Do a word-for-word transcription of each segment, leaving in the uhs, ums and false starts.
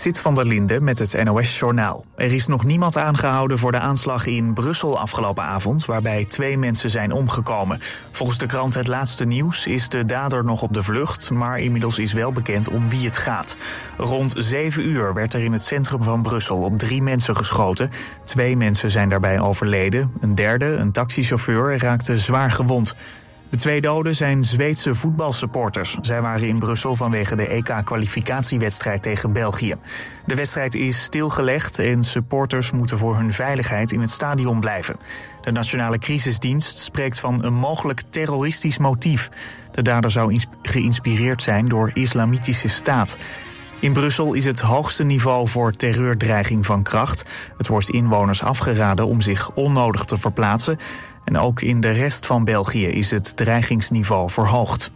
Sit van der Linde met het N O S-journaal. Er is nog niemand aangehouden voor de aanslag in Brussel afgelopen avond, waarbij twee mensen zijn omgekomen. Volgens de krant Het Laatste Nieuws is de dader nog op de vlucht, maar inmiddels is wel bekend om wie het gaat. Rond zeven uur werd er in het centrum van Brussel op drie mensen geschoten. Twee mensen zijn daarbij overleden. Een derde, een taxichauffeur, raakte zwaar gewond. De twee doden zijn Zweedse voetbalsupporters. Zij waren in Brussel vanwege de E K-kwalificatiewedstrijd tegen België. De wedstrijd is stilgelegd en supporters moeten voor hun veiligheid in het stadion blijven. De Nationale Crisisdienst spreekt van een mogelijk terroristisch motief. De dader zou geïnspireerd zijn door Islamitische Staat. In Brussel is het hoogste niveau voor terreurdreiging van kracht. Het wordt inwoners afgeraden om zich onnodig te verplaatsen. En ook in de rest van België is het dreigingsniveau verhoogd.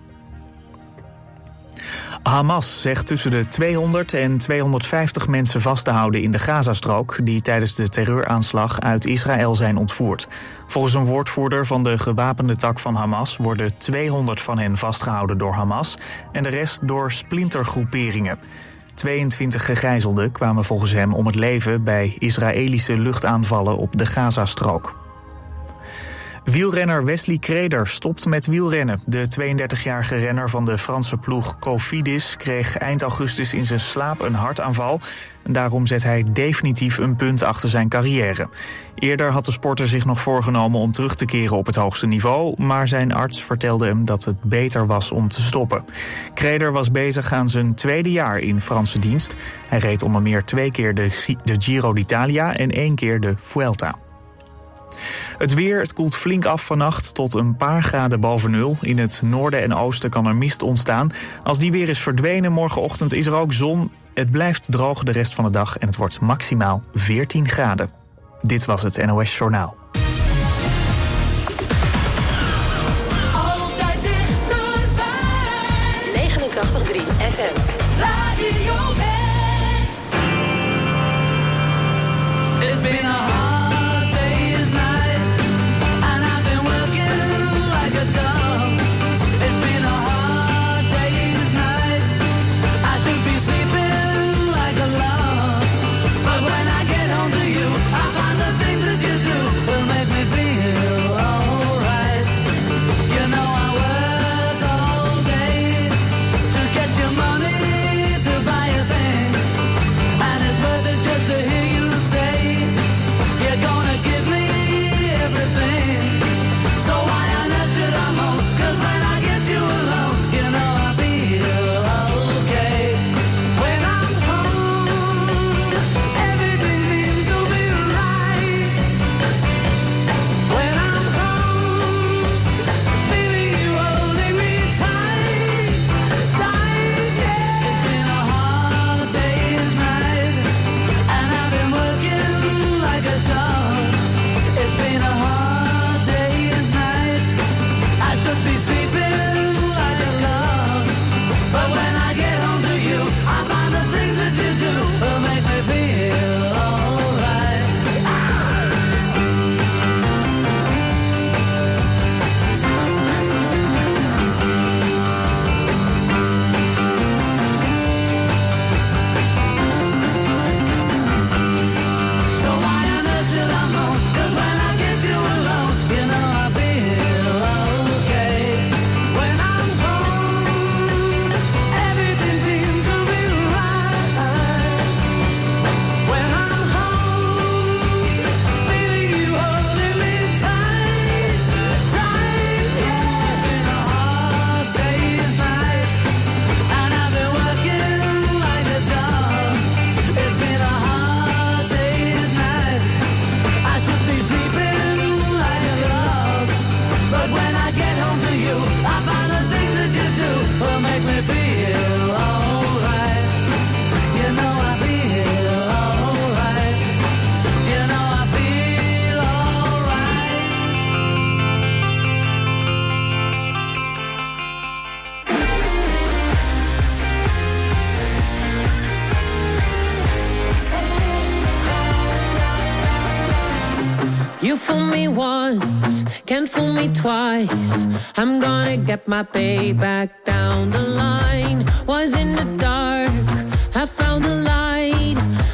Hamas zegt tussen de tweehonderd en tweehonderdvijftig mensen vast te houden in de Gazastrook die tijdens de terreuraanslag uit Israël zijn ontvoerd. Volgens een woordvoerder van de gewapende tak van Hamas worden tweehonderd van hen vastgehouden door Hamas en de rest door splintergroeperingen. tweeëntwintig gegijzelden kwamen volgens hem om het leven bij Israëlische luchtaanvallen op de Gazastrook. Wielrenner Wesley Kreder stopt met wielrennen. De tweeëndertigjarige renner van de Franse ploeg Cofidis kreeg eind augustus in zijn slaap een hartaanval. En daarom zet hij definitief een punt achter zijn carrière. Eerder had de sporter zich nog voorgenomen om terug te keren op het hoogste niveau, maar zijn arts vertelde hem dat het beter was om te stoppen. Kreder was bezig aan zijn tweede jaar in Franse dienst. Hij reed onder meer twee keer de, de Giro d'Italia en één keer de Vuelta. Het weer, het koelt flink af vannacht tot een paar graden boven nul. In het noorden en oosten kan er mist ontstaan. Als die weer is verdwenen morgenochtend is er ook zon. Het blijft droog de rest van de dag en het wordt maximaal veertien graden. Dit was het N O S Journaal. Altijd dichterbij. negenentachtig komma drie F M. Radio West. It's been a twice. I'm gonna get my payback down the line. Was in the dark, I found the light.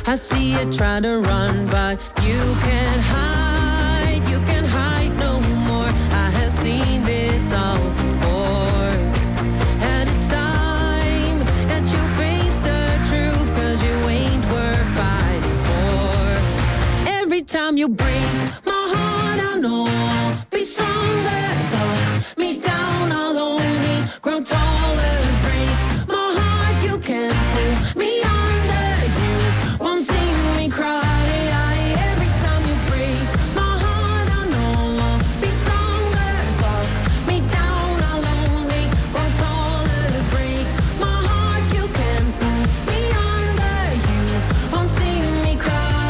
I see you try to run, but you can't hide, you can't hide no more. I have seen this all before, and it's time that you face the truth, 'cause you ain't worth fighting for. Every time you break my heart, I know I'll be stronger. Talk me down, I'll only grow taller. Break my heart, you can't pull me under. You won't see me cry. Every time you break my heart, I know I'll be stronger. Talk me down, I'll only grow taller. Break my heart, you can't pull me under. You won't see me cry.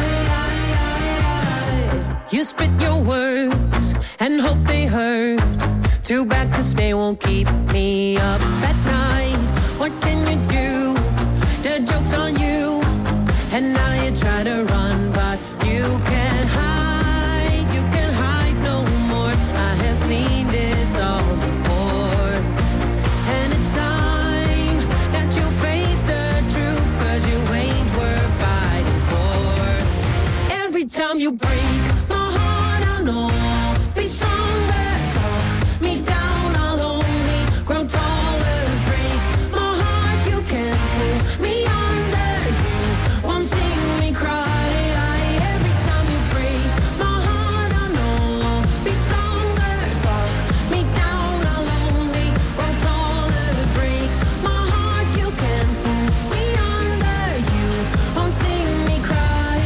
You spit your words and hope they hurt. Too bad 'cause they won't keep me up at night. What can you do? The joke's on you. And now you try to run, but you can't hide. You can't hide no more. I have seen this all before. And it's time that you face the truth, 'cause you ain't worth fighting for. Every time you break my heart, I know I'll be stronger. Talk me down, I'll only grow taller. Break my heart, you can't pull me under. You won't see me cry. Every time you break my heart, I know I'll be stronger. Talk me down, I'll only grow taller. Break my heart, you can't pull me under. You won't see me cry.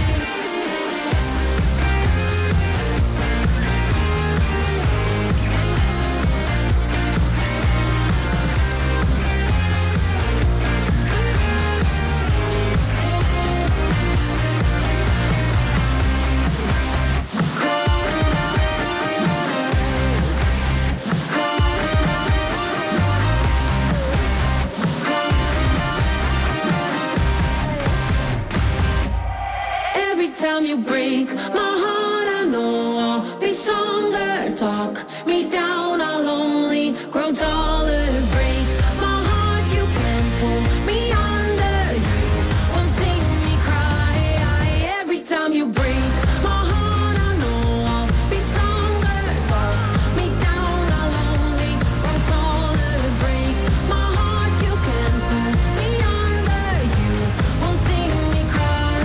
Every time you break my heart, I know I'll be stronger. Talk me down, I'll only grow taller. Break my heart, you can't pull me under. You won't see me cry. Every time you break my heart, I know I'll be stronger. Talk me down, I'll only grow taller. Break my heart, you can't pull me under. You won't see me cry.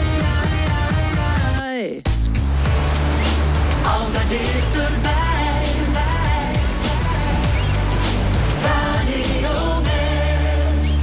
Altijd dichterbij. Radio West.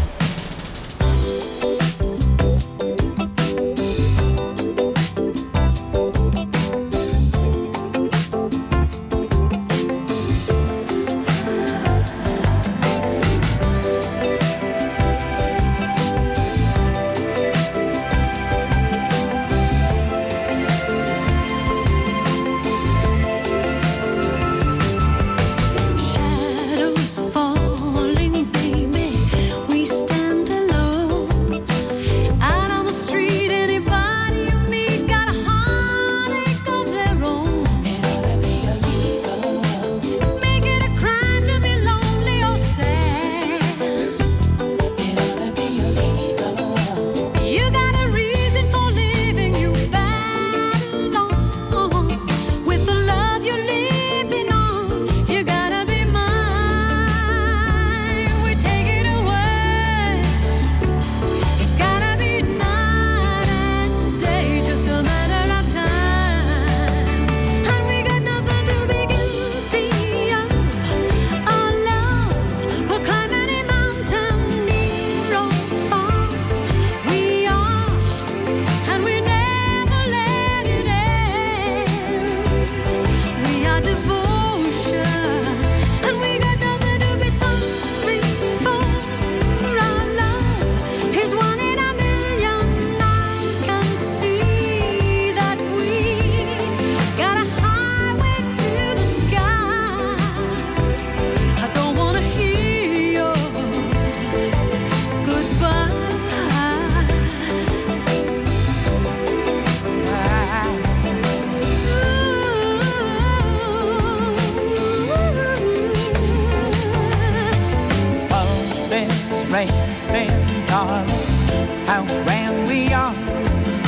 racing, darling, how grand we are.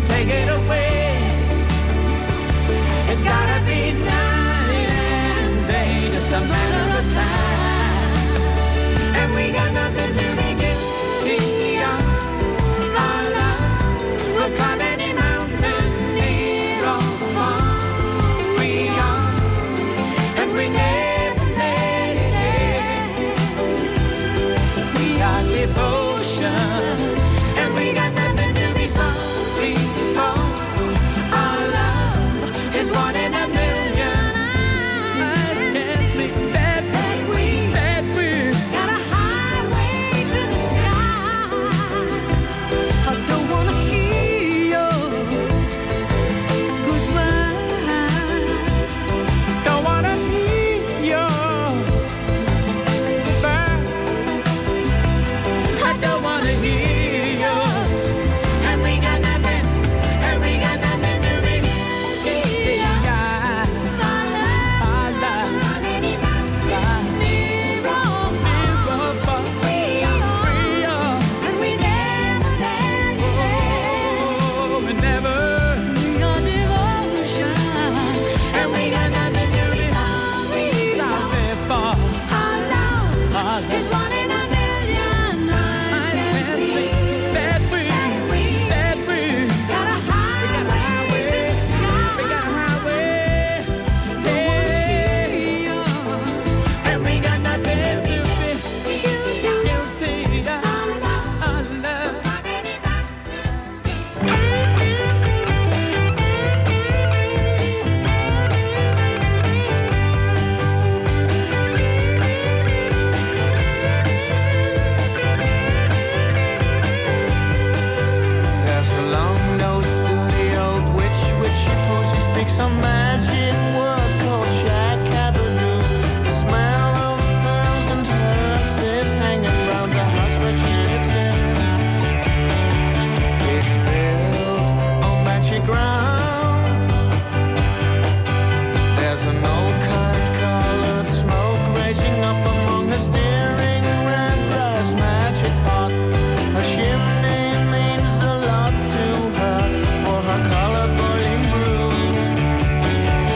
take it away. It's gotta be night and day, just a matter of time. And we got nothing to be guilty of. Our love will climb any mountain, near or far. We are, and we never let it end. We are devotion, and we got nothing to be sorry for. Our love is one in a million. Eyes can't see that we, that we got a highway to the sky. I don't wanna hear your goodbye. Don't wanna hear your goodbye. I don't wanna hear your. And we got nothing, and we got nothing to be guilty of. Our love, on any mountain, near or far. We are, and we never let it end. Oh, we never. We got devotion, and we got nothing to be sorry for. Our love is one in a million. Eyes can see that we, that we got a highway to the sky. We got a highway, yeah. And we got nothing to be guilty of. Our love. There's a long-nosed, dirty old witch, witchy pussy speaks a magic word called Shakabadoo. The smell of a thousand herbs is hanging round the house where she lives in. It's built on magic ground. There's an old kite-colored smoke raising up among her steering red brass magic pot. A chimney means a lot to her for her colored boiling brew.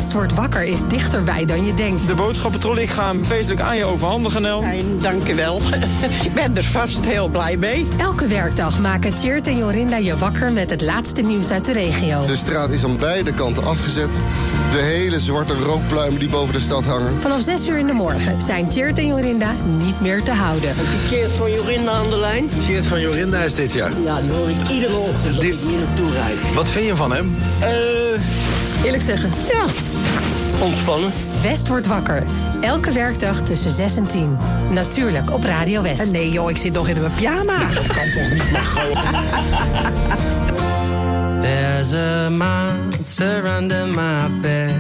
West wordt wakker is dichterbij dan je denkt. De boodschappentrolley, ik ga hem feestelijk aan je overhandigen, Nel. En dank je wel. Ik ben er vast heel blij mee. Elke werkdag maken Tjeerd en Jorinda je wakker met het laatste nieuws uit de regio. De straat is aan beide kanten afgezet. De hele zwarte rookpluimen die boven de stad hangen. Vanaf zes uur in de morgen zijn Tjeerd en Jorinda niet meer te houden. Tjeerd van Jorinda aan de lijn. Tjeerd van Jorinda is dit jaar. Ja, die hoor ik iedere ochtend als Die- ik hier naartoe rijd. Wat vind je van hem? Eh, Eerlijk zeggen. ja, ontspannen. West wordt wakker. Elke werkdag tussen zes en tien. Natuurlijk op Radio West. Nee joh, ik zit nog in mijn pyjama. Dat kan toch niet, maar gewoon. There's a monster under my bed.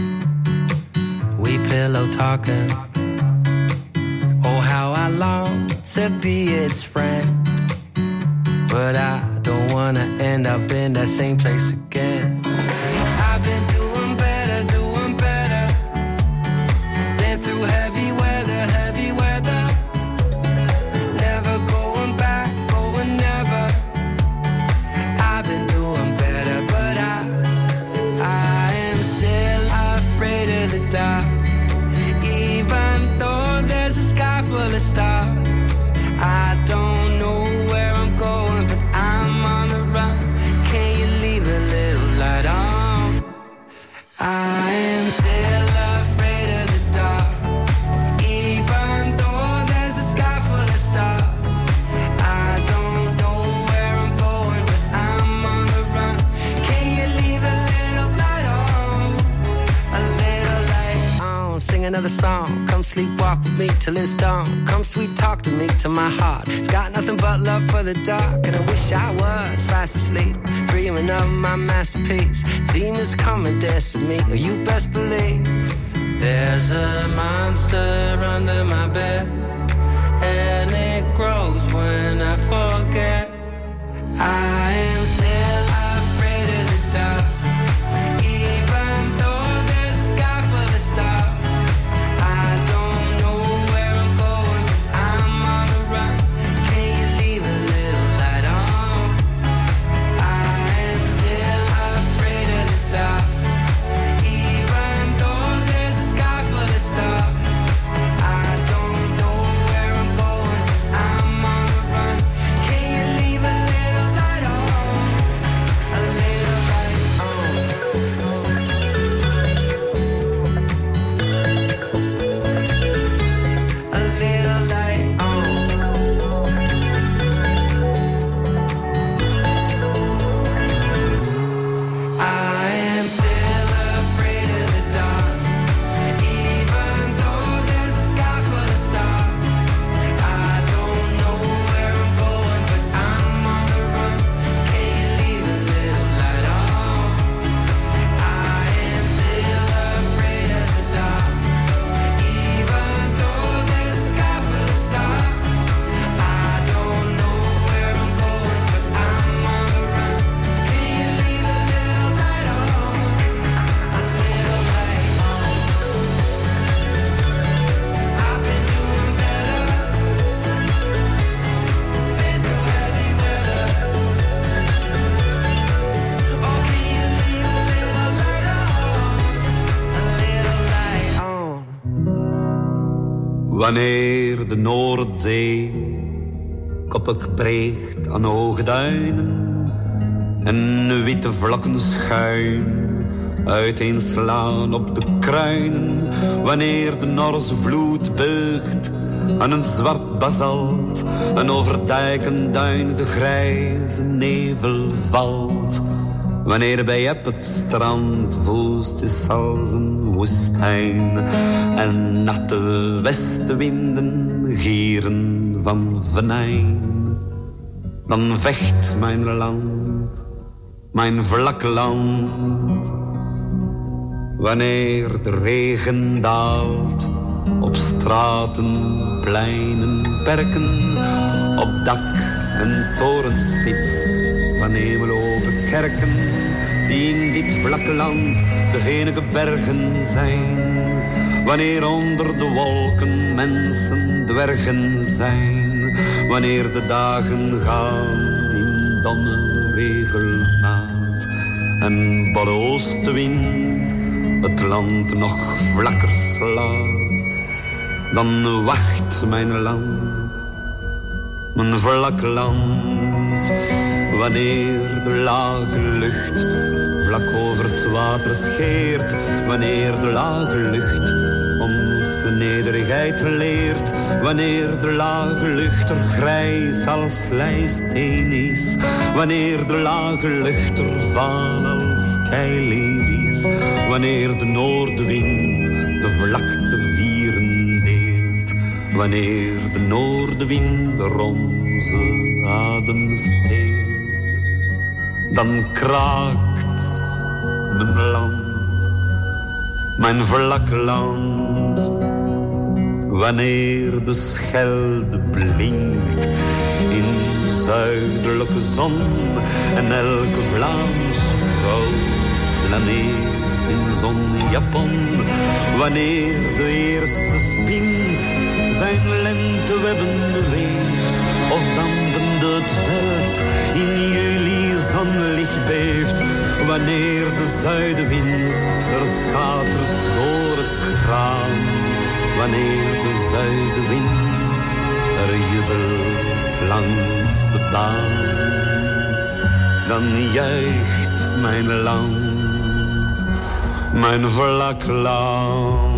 We pillow talking. Oh, how I long to be its friend. But I don't wanna end up in that same place again. I've been doing better, doing better. Been through heavy weather, heavy weather. Never going back, going never. I've been doing better, but I, I am still afraid of the dark. Even though there's a sky full of stars, I don't know where I'm going, but I'm on the run. Can you leave a little light on? I am still afraid of the dark. Even though there's a sky full of stars, I don't know where I'm going, but I'm on the run. Can you leave a little light on? A little light on. Sing another song. Come sleepwalk with me till it's dawn. Come sweet talk to me till my heart. It's got nothing but love for the dark. And I wish I was fast asleep, dreaming of my masterpiece. Demons come and dance with me, or you best believe. There's a monster under my bed, and it grows when I forget. I am still afraid of the dark. Even though there's a sky full of stars, I don't know where I'm going, but I'm on the run. Can you leave a little light on? I am still afraid of the dark. Even though there's a sky full of stars, I don't know where I'm going, but I'm on the run. Can you leave a little light on? A little light on. A little light on. I am still afraid of the dark. Even though there's a sky full of stars, I don't know where I'm going, but I'm on the run. Can you leave a little light on? I am still afraid of the dark. Even though there's a sky full of stars, I don't know where I'm going, but I'm on the run. Can you leave a little light on? A little light on. I've been doing better. Been through heavy weather. Oh, can you leave a little light on? A little light on. Wanneer de Noordzee koppig breekt aan hoge duinen en witte vlakken schuin uiteenslaan op de kruinen, wanneer de Norse vloed beugt aan een zwart basalt en over dijken duin de grijze nevel valt, wanneer bij Eb het strand woest is als een woestijn en natte westenwinden gieren van venijn, dan vecht mijn land, mijn vlak land. Wanneer de regen daalt op straten, pleinen, perken, op dak en torenspits van hemeloge kerken, die in dit vlakke land de enige bergen zijn. Wanneer onder de wolken mensen dwergen zijn, wanneer de dagen gaan in domme regelmaat en bolle oostenwind het land nog vlakker slaat, dan wacht mijn land, mijn vlak land, wanneer de lage lucht vlak over het water scheert, wanneer de lage lucht onze nederigheid leert, wanneer de lage lucht er grijs als lijsteen is, wanneer de lage lucht er vaal als keileer is, wanneer de noordenwind de vlakte vieren deelt, wanneer de noordenwind er onze adem steelt, dan kraakt mijn land, mijn vlak land, wanneer de Schelde blinkt in zuidelijke zon en elke Vlaamse vrouw flaneert in zonjapon, wanneer de eerste spin zijn lentewebben weeft of dampende het veld in juli zonlicht beeft, wanneer de zuidenwind er schatert door het kraan, wanneer de zuidenwind er jubelt langs de baan, dan juicht mijn land, mijn vlak land.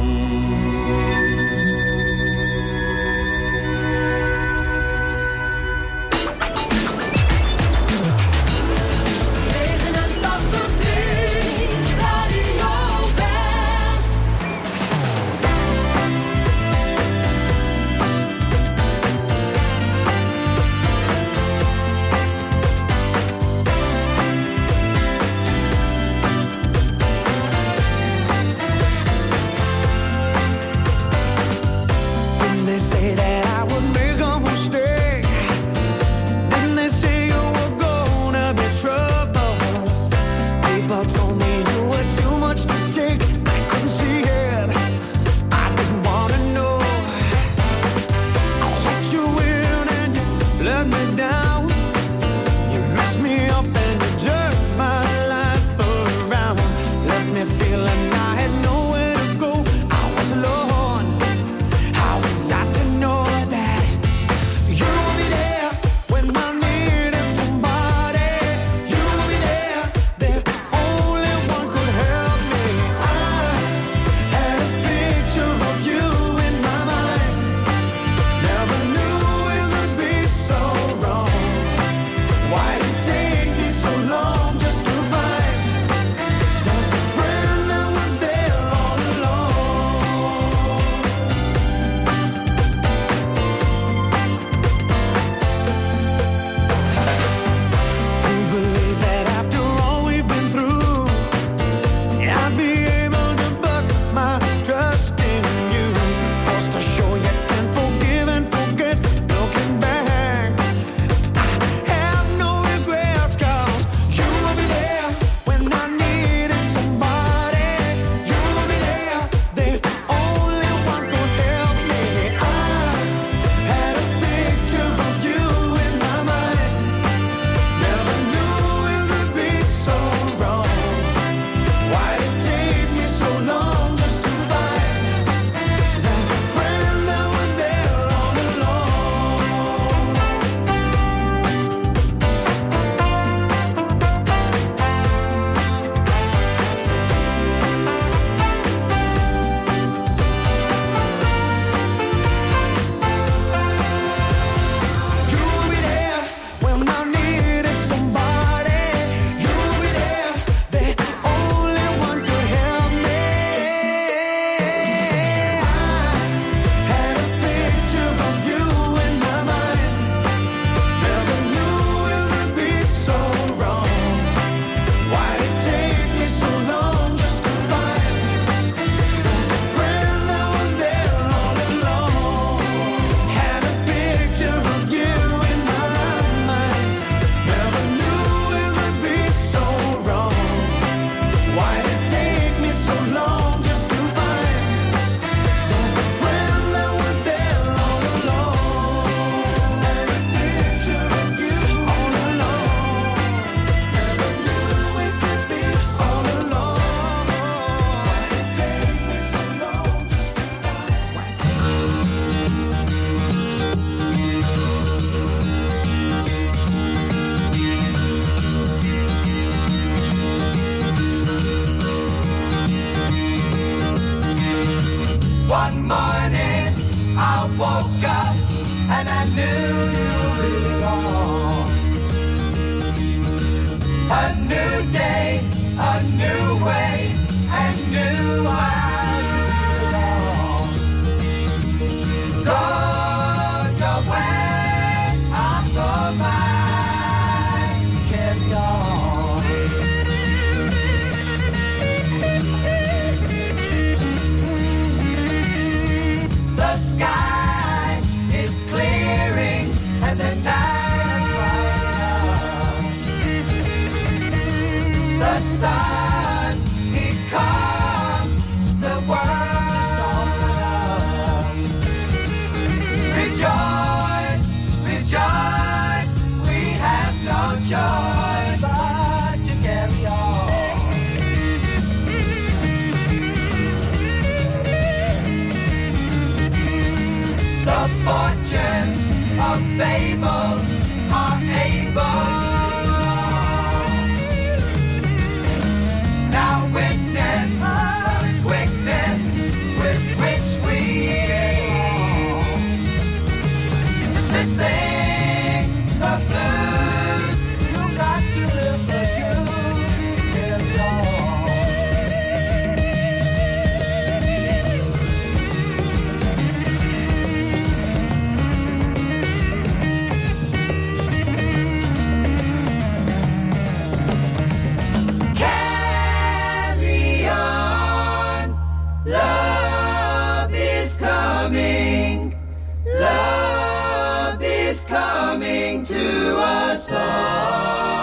coming to us all.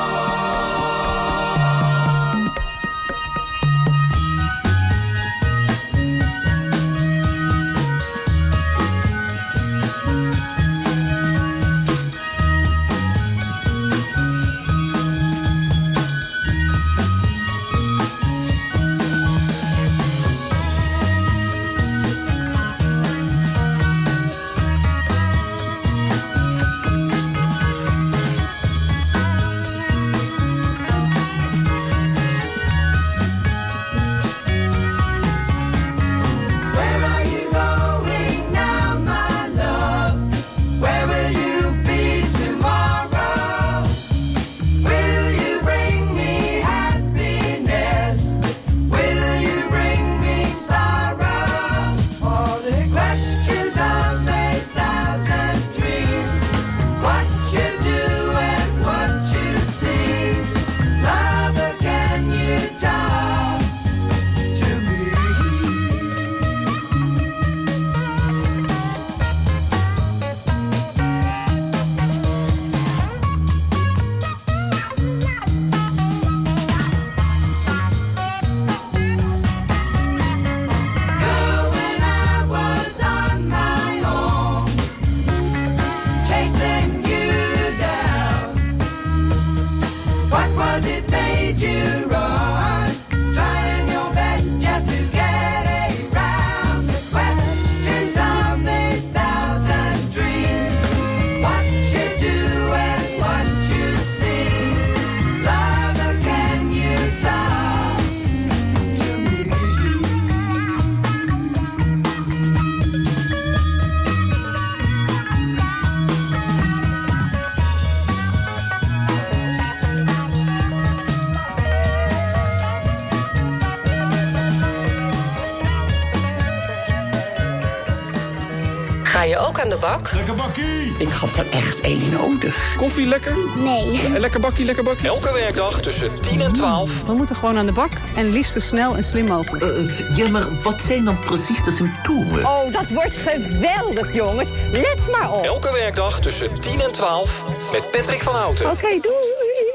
Ga je ook aan de bak? Lekker bakkie! Ik had er echt één nodig. Koffie lekker? Nee. En lekker bakkie, lekker bakkie. Elke werkdag tussen tien en twaalf. We moeten gewoon aan de bak en liefst zo snel en slim mogelijk. Uh, ja, maar wat zijn dan precies de symptomen? Oh, dat wordt geweldig, jongens. Let maar op. Elke werkdag tussen tien en twaalf met Patrick van Houten. Oké, okay, doei.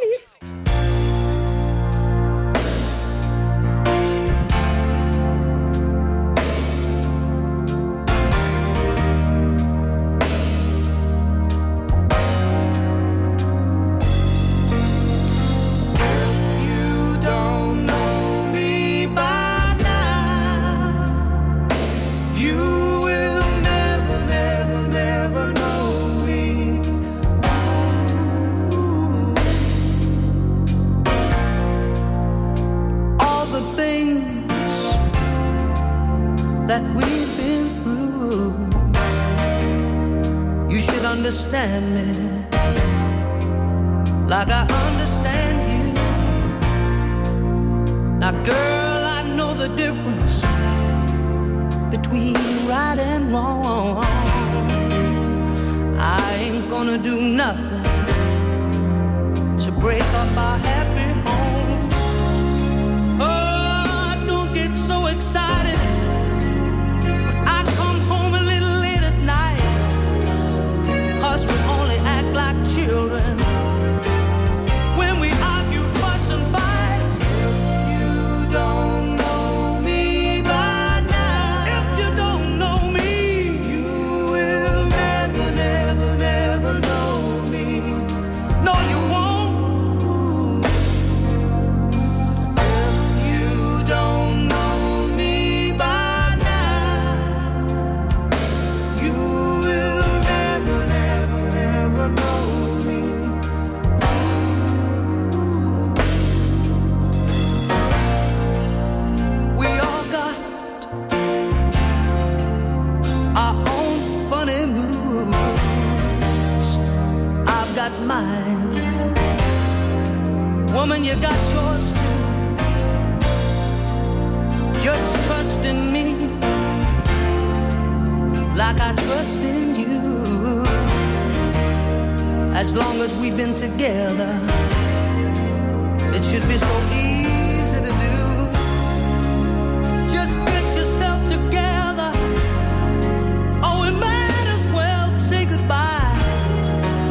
Understand me like I understand you. Now, girl, I know the difference between right and wrong. I ain't gonna do nothing to break up our happy home. Oh, don't get so excited. We only act like children when we argue, fuss and fight. If you don't know me by now, if you don't know me, you will never, never, never know me. No, you won't. If you don't know me by now, you will never, never never know me. We all got our own funny moods. I've got mine. Woman, you got yours too. Just trust in me like I trust in you. As long as we've been together, it should be so easy to do. Just get yourself together, or we might as well say goodbye.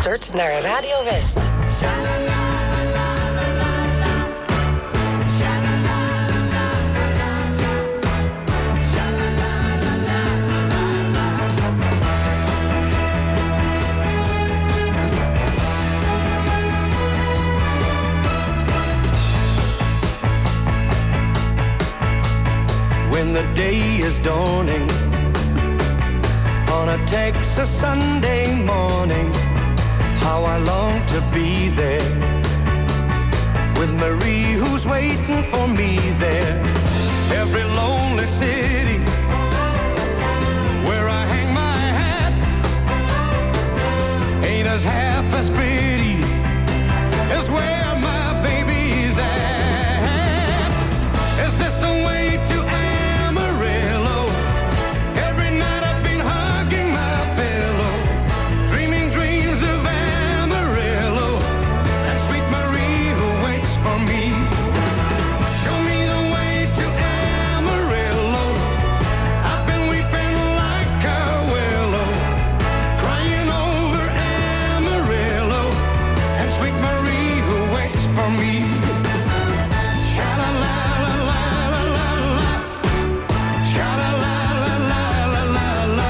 luistert naar Radio West. When the day is dawning on a Texas Sunday morning, how I long to be there with Marie who's waiting for me there. Every lonely city where I hang my hat ain't as half as pretty as where my baby's at. Is this the way to Amarillo? Every night I've been hugging my pillow, dreaming dreams of Amarillo and sweet Marie who waits for me. Show me the way to Amarillo. I've been weeping like a willow, crying over Amarillo and sweet Marie who waits for me. Sha-la-la-la-la-la-la-la, sha-la-la-la-la-la-la,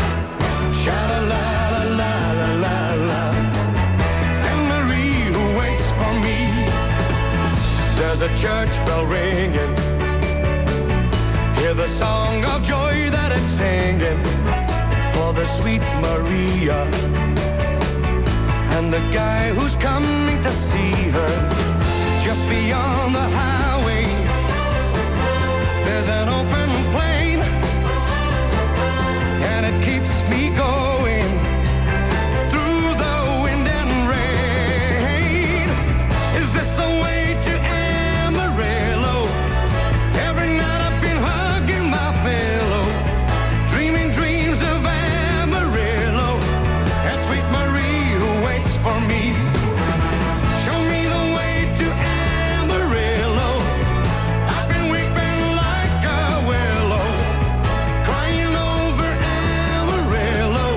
sha-la-la-la-la-la-la, and Marie who waits for me. There's a church bell ringing, hear the song of joy that it's singing for the sweet Maria and the guy who's coming to see her. Just beyond the highway, there's an open plain, and it keeps me going through the wind and rain. Is this the way to Amarillo? Every night I've been hugging my pillow, dreaming dreams of Amarillo and sweet Marie who waits for me. Show me the way to Amarillo. I've been weeping like a willow, crying over Amarillo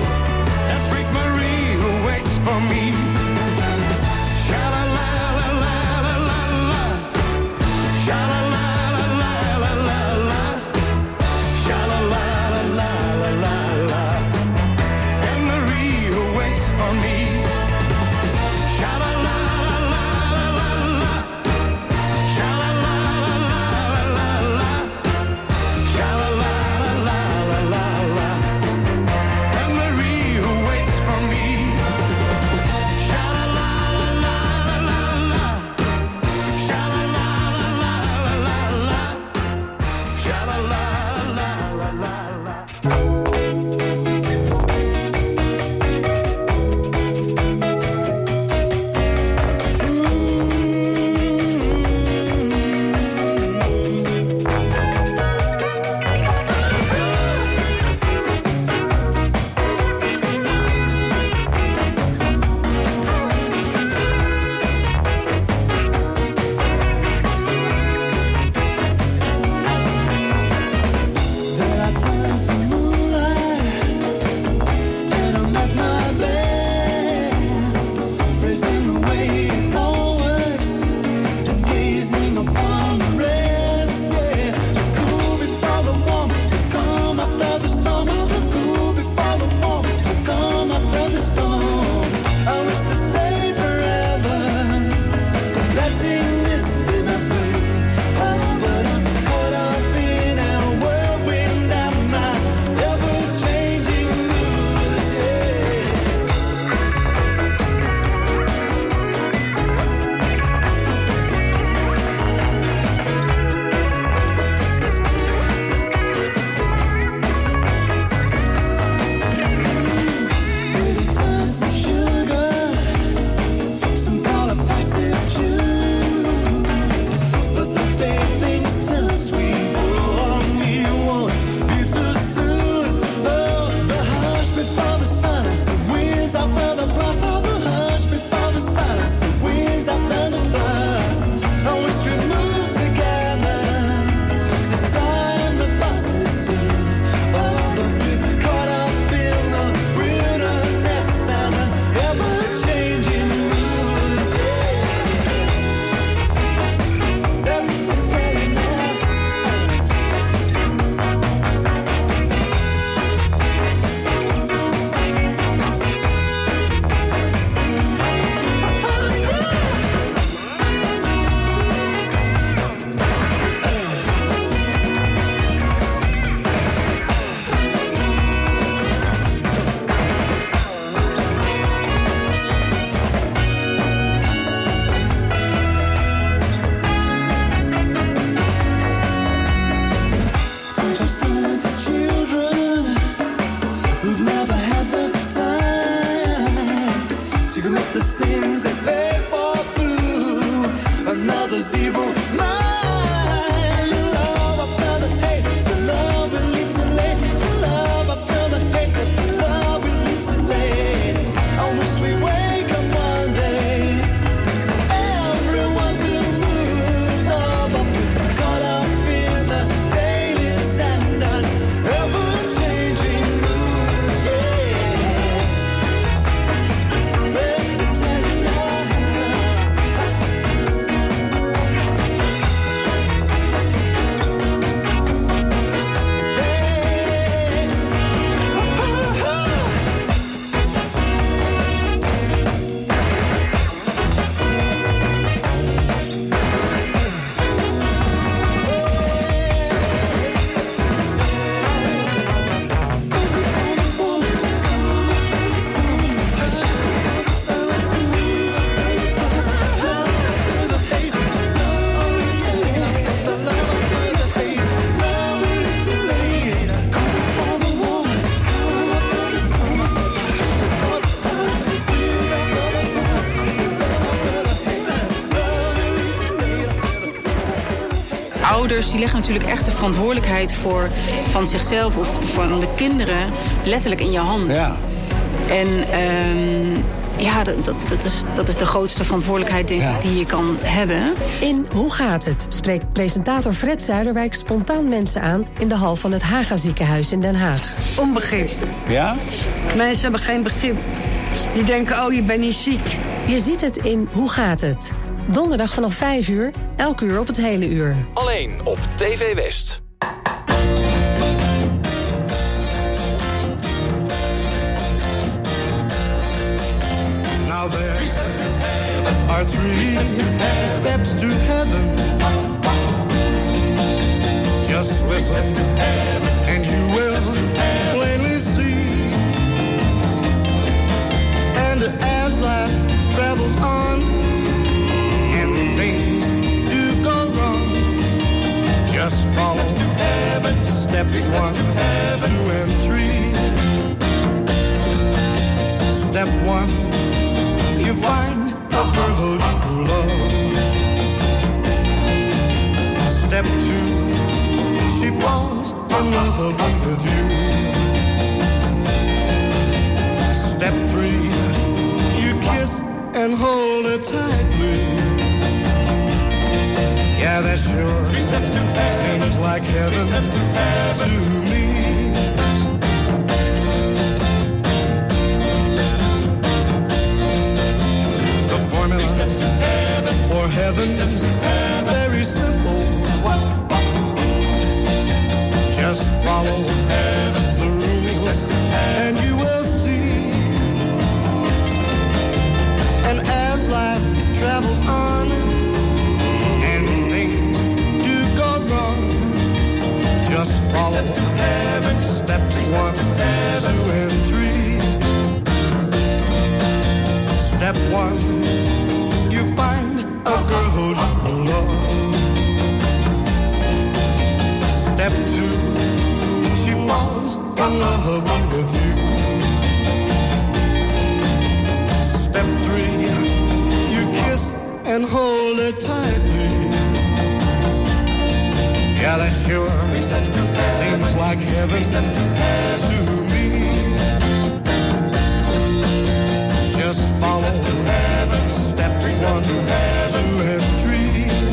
to commit the sins they pay for through. Another zero mind. Love after the hate, the love will lead to late. Love after the hate, the love will lead to late. I wish we wake up one day. Everyone will move up, caught up in the daily sand and ever-changing moods. Yeah. Let me tell you now. Ouders die leggen natuurlijk echt de verantwoordelijkheid voor van zichzelf of van de kinderen letterlijk in je handen. Ja. En um, ja, dat, dat, dat, is, dat is de grootste verantwoordelijkheid denk ik, Ja. die je kan hebben. In Hoe gaat het? Spreekt presentator Fred Zuiderwijk spontaan mensen aan in de hal van het Haga ziekenhuis in Den Haag. Onbegrip. Ja? Mensen hebben geen begrip. Die denken, oh, je bent niet ziek. Je ziet het in Hoe gaat het? Donderdag vanaf vijf uur, elk uur op het hele uur. Alleen op T V West. Now there are three steps to heaven. Just listen and you will plainly see. And as life travels on and things do go wrong, just follow steps one, two, and three. Step one, you find a girl you love. Step two, she falls in love with you. Step three, you kiss and hold her tightly. Yeah, that sure seems like heaven to me. For heaven's very simple. Just follow the rules and you will see. And as life travels on and things do go wrong, just follow steps one, two, and three. Step one, you find a girl you love. Step two, she falls in love with you. Step three, you kiss and hold her tightly. Yeah, that sure seems like heaven to me. Just follow steps one, two, and three.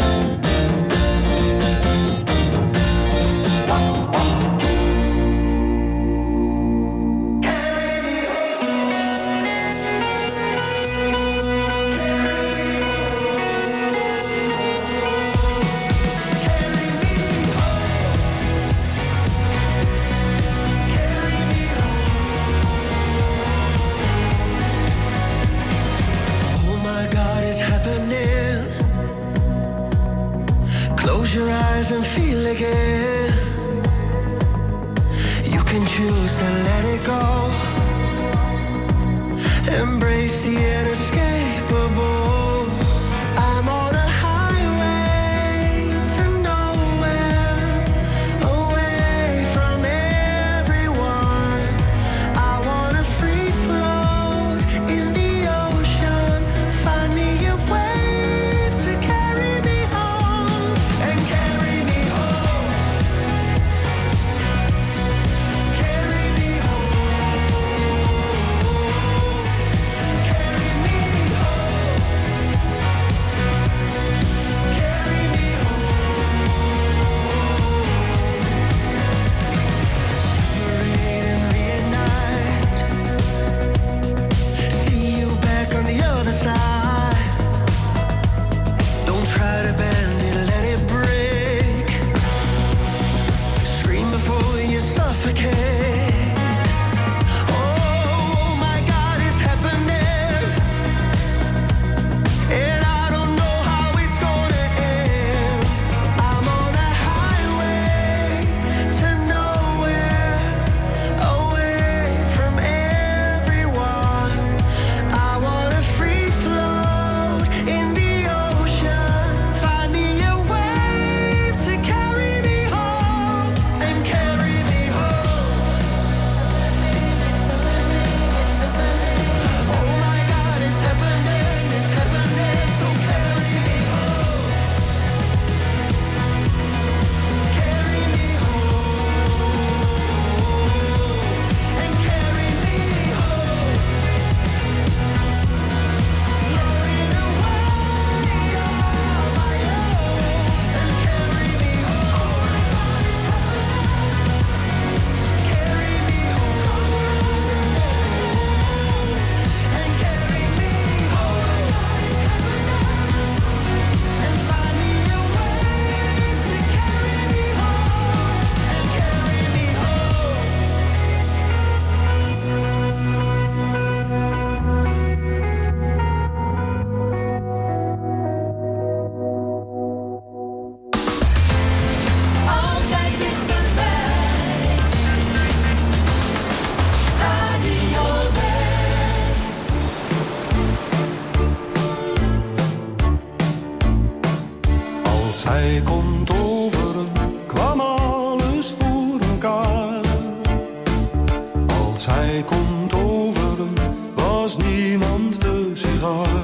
Close your eyes and feel again. You can choose to let it go. Embrace the inescapable. I'm on a highway to nowhere, away from everyone. I wanna free float in the ocean. hij kon toveren, kwam alles voor elkaar. Als hij kon toveren, was niemand de sigaar.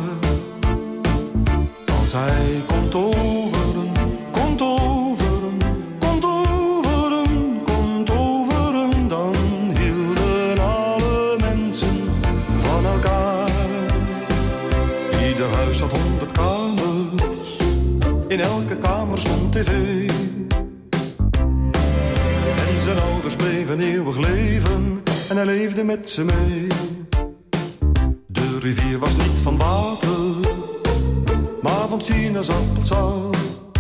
Als hij kon toveren, kon toveren, kon toveren, kon toveren, dan hielden alle mensen van elkaar. Ieder huis had honderd kamers, in elke kamer stond tv. En zijn ouders bleven eeuwig leven, en hij leefde met ze mee. De rivier was niet van water, maar van sinaasappelsap.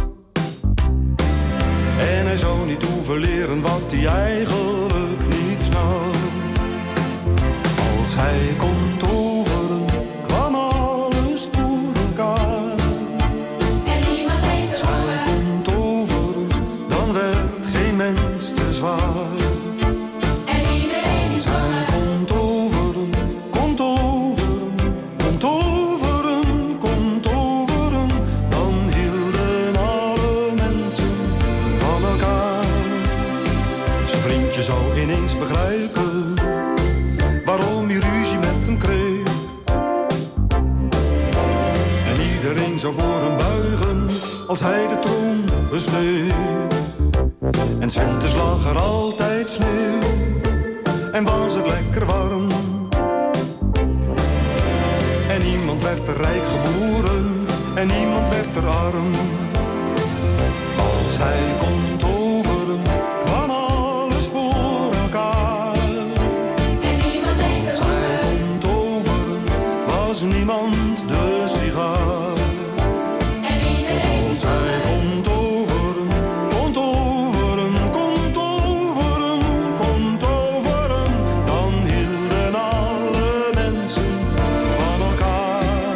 En hij zou niet hoeven leren wat hij eigenlijk niet snap. Als hij kon toveren, kwam alles voor elkaar. En niemand deed Als hij kon toveren, dan werd geen mens te zwaar. En iedereen die Als hij kon toveren, kon toveren, kon toveren, kon toveren, dan hielden alle mensen van elkaar. Zijn vriendje zou ineens begrijpen waarom hij ruzie met hem kreeg. En iedereen zou voor hem buigen als hij de troon besteeg. En 's winters lag er altijd sneeuw en was het lekker warm. En niemand werd er rijk geboren en niemand werd er arm. Als hij kon toveren, kwam alles voor elkaar. En niemand deed Als hij kon toveren, was niemand de sigaar. En iedereen Als hij kon toveren, kon toveren, kon toveren, kon toveren, dan hielden alle mensen van elkaar.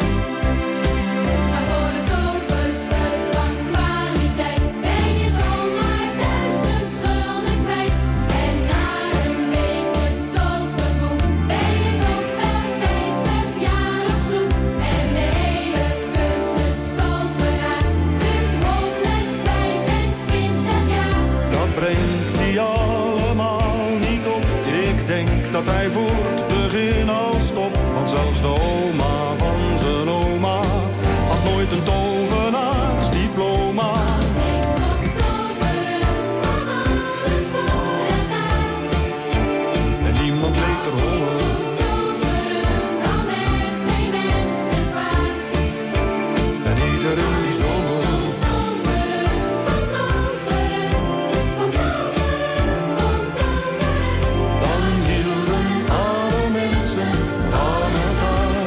Maar voor de toverspreuk van kwaliteit ben je zomaar duizend gulden kwijt. En na een beetje toverboek ben je toch wel vijftig jaar op zoek. En de hele cursus tovenaar duurt honderdvijfentwintig jaar. Dat brengt hij allemaal niet op. Ik denk dat hij voor het begin al stopt. Want zelfs de oma van zijn oma had nooit een tovenaarsdiploma. Als ik kon toveren, kwam alles voor elkaar. En niemand leed er honger. Toveren, dan werd geen mens te zwaar. En iedereen die zong er. Toveren, kon toveren, kon toveren, kon toveren. Dan hielden alle mensen van elkaar.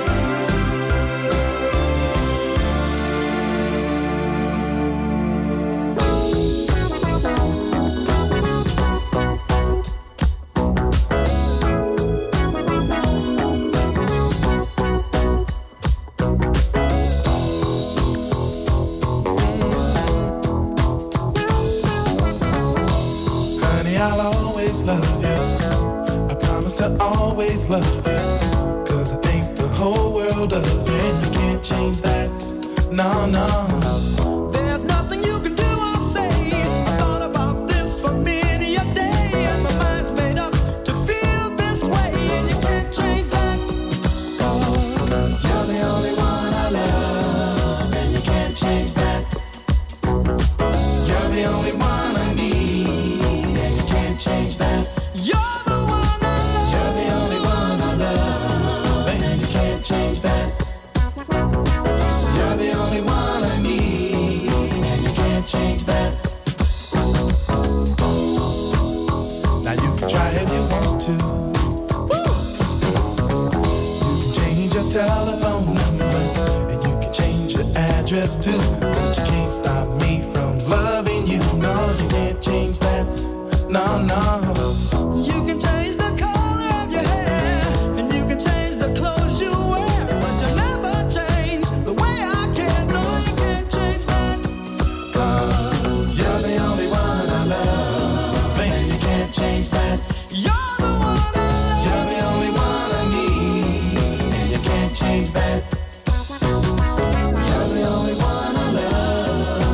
Honey, I'll always love you. I promise to always love you. Cause I think the whole world of you. And you can't change that. No, no. There's nothing you can do or say. I thought about this for many a day. And my mind's made up to feel this way. And you can't change that. Cause you're the only one I love. And you can't change that. You're the only one I need. And you can't change that. You're the one I love. You're the only one I love. And you can't change that. You're the only one I need. And you can't change that. Now you can try if you want to. You can change your telephone number. And you can change your address too. But you can't stop me from loving you. No, you can't change that. No, no. You can change the color of your hair. And you can change the clothes you wear. But you never change the way I care. No, you can't change that. Cause you're the only one I love. And you can't change that. You're the one I love. You're the only one I need. And you can't change that. You're the only one I love.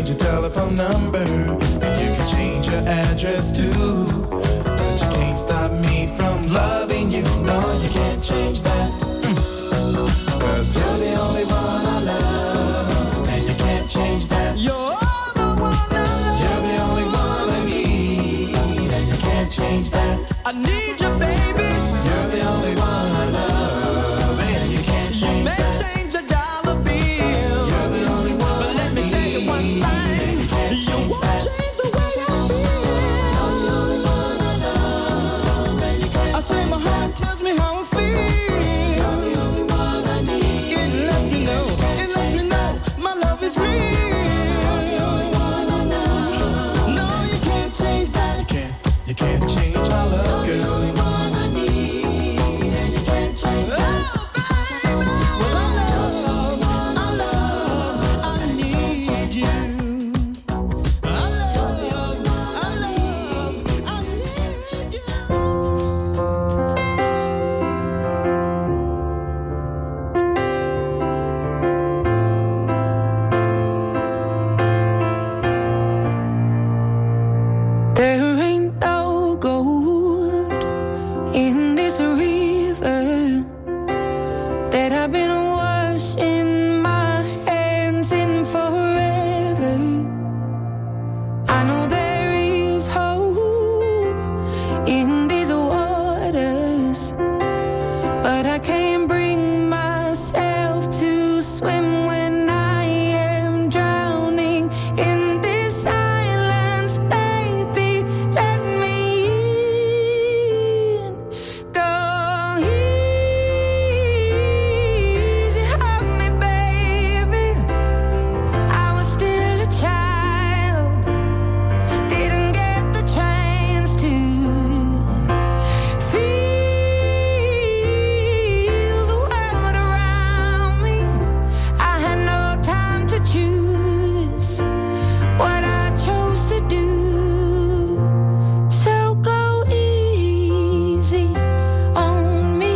your telephone number, and you can change your address too. But you can't stop me from loving you. No, you can't change that. Cause you're the only one I love, and you can't change that. You're the one I love. You're the only one I need, and you can't change that. I need you, baby. You're the only one I love, and you can't change you may that. Change a dollar bill. You're the only one. But let me tell you one thing. You won't that. Change the way I feel. You're the only one I love, and you can't I say my heart tells me how I feel. You're the only one I need. It lets me know. It lets me know my love is real. You're the only one I love. No, you can't change that. You can't. You can't change my love, girl. You're the only one I need, and you can't change that. Well, I love, I love, I need you. I love, I love, I need you. There ain't no gold in this river that I've been washing my hands in forever. I know there is hope in these waters, but I can't bring myself to swim when I am drowning in this silence, baby. Let me in. Go easy, hug me, baby. I was still a child, didn't get the chance to feel the world around me. I had no time to choose what I chose to do. So go easy on me.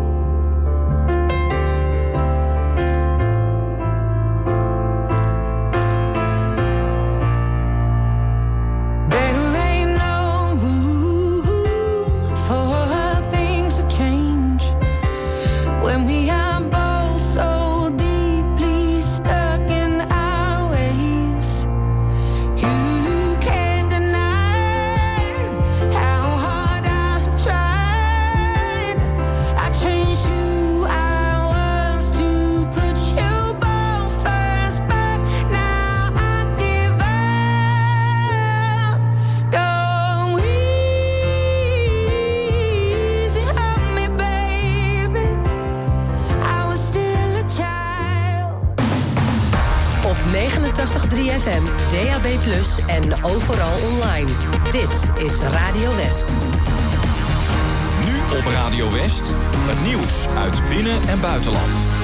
There ain't no room for things to change when we are both so deeply stuck in our ways. You can't deny how hard I've tried. I changed who I was to put you both first, but now I give up. Go easy, hug me, baby. I was still a child. Op negenentachtig komma drie F M, D A B plus, en overal online. Dit is Radio West. Nu op Radio West, het nieuws uit binnen- en buitenland.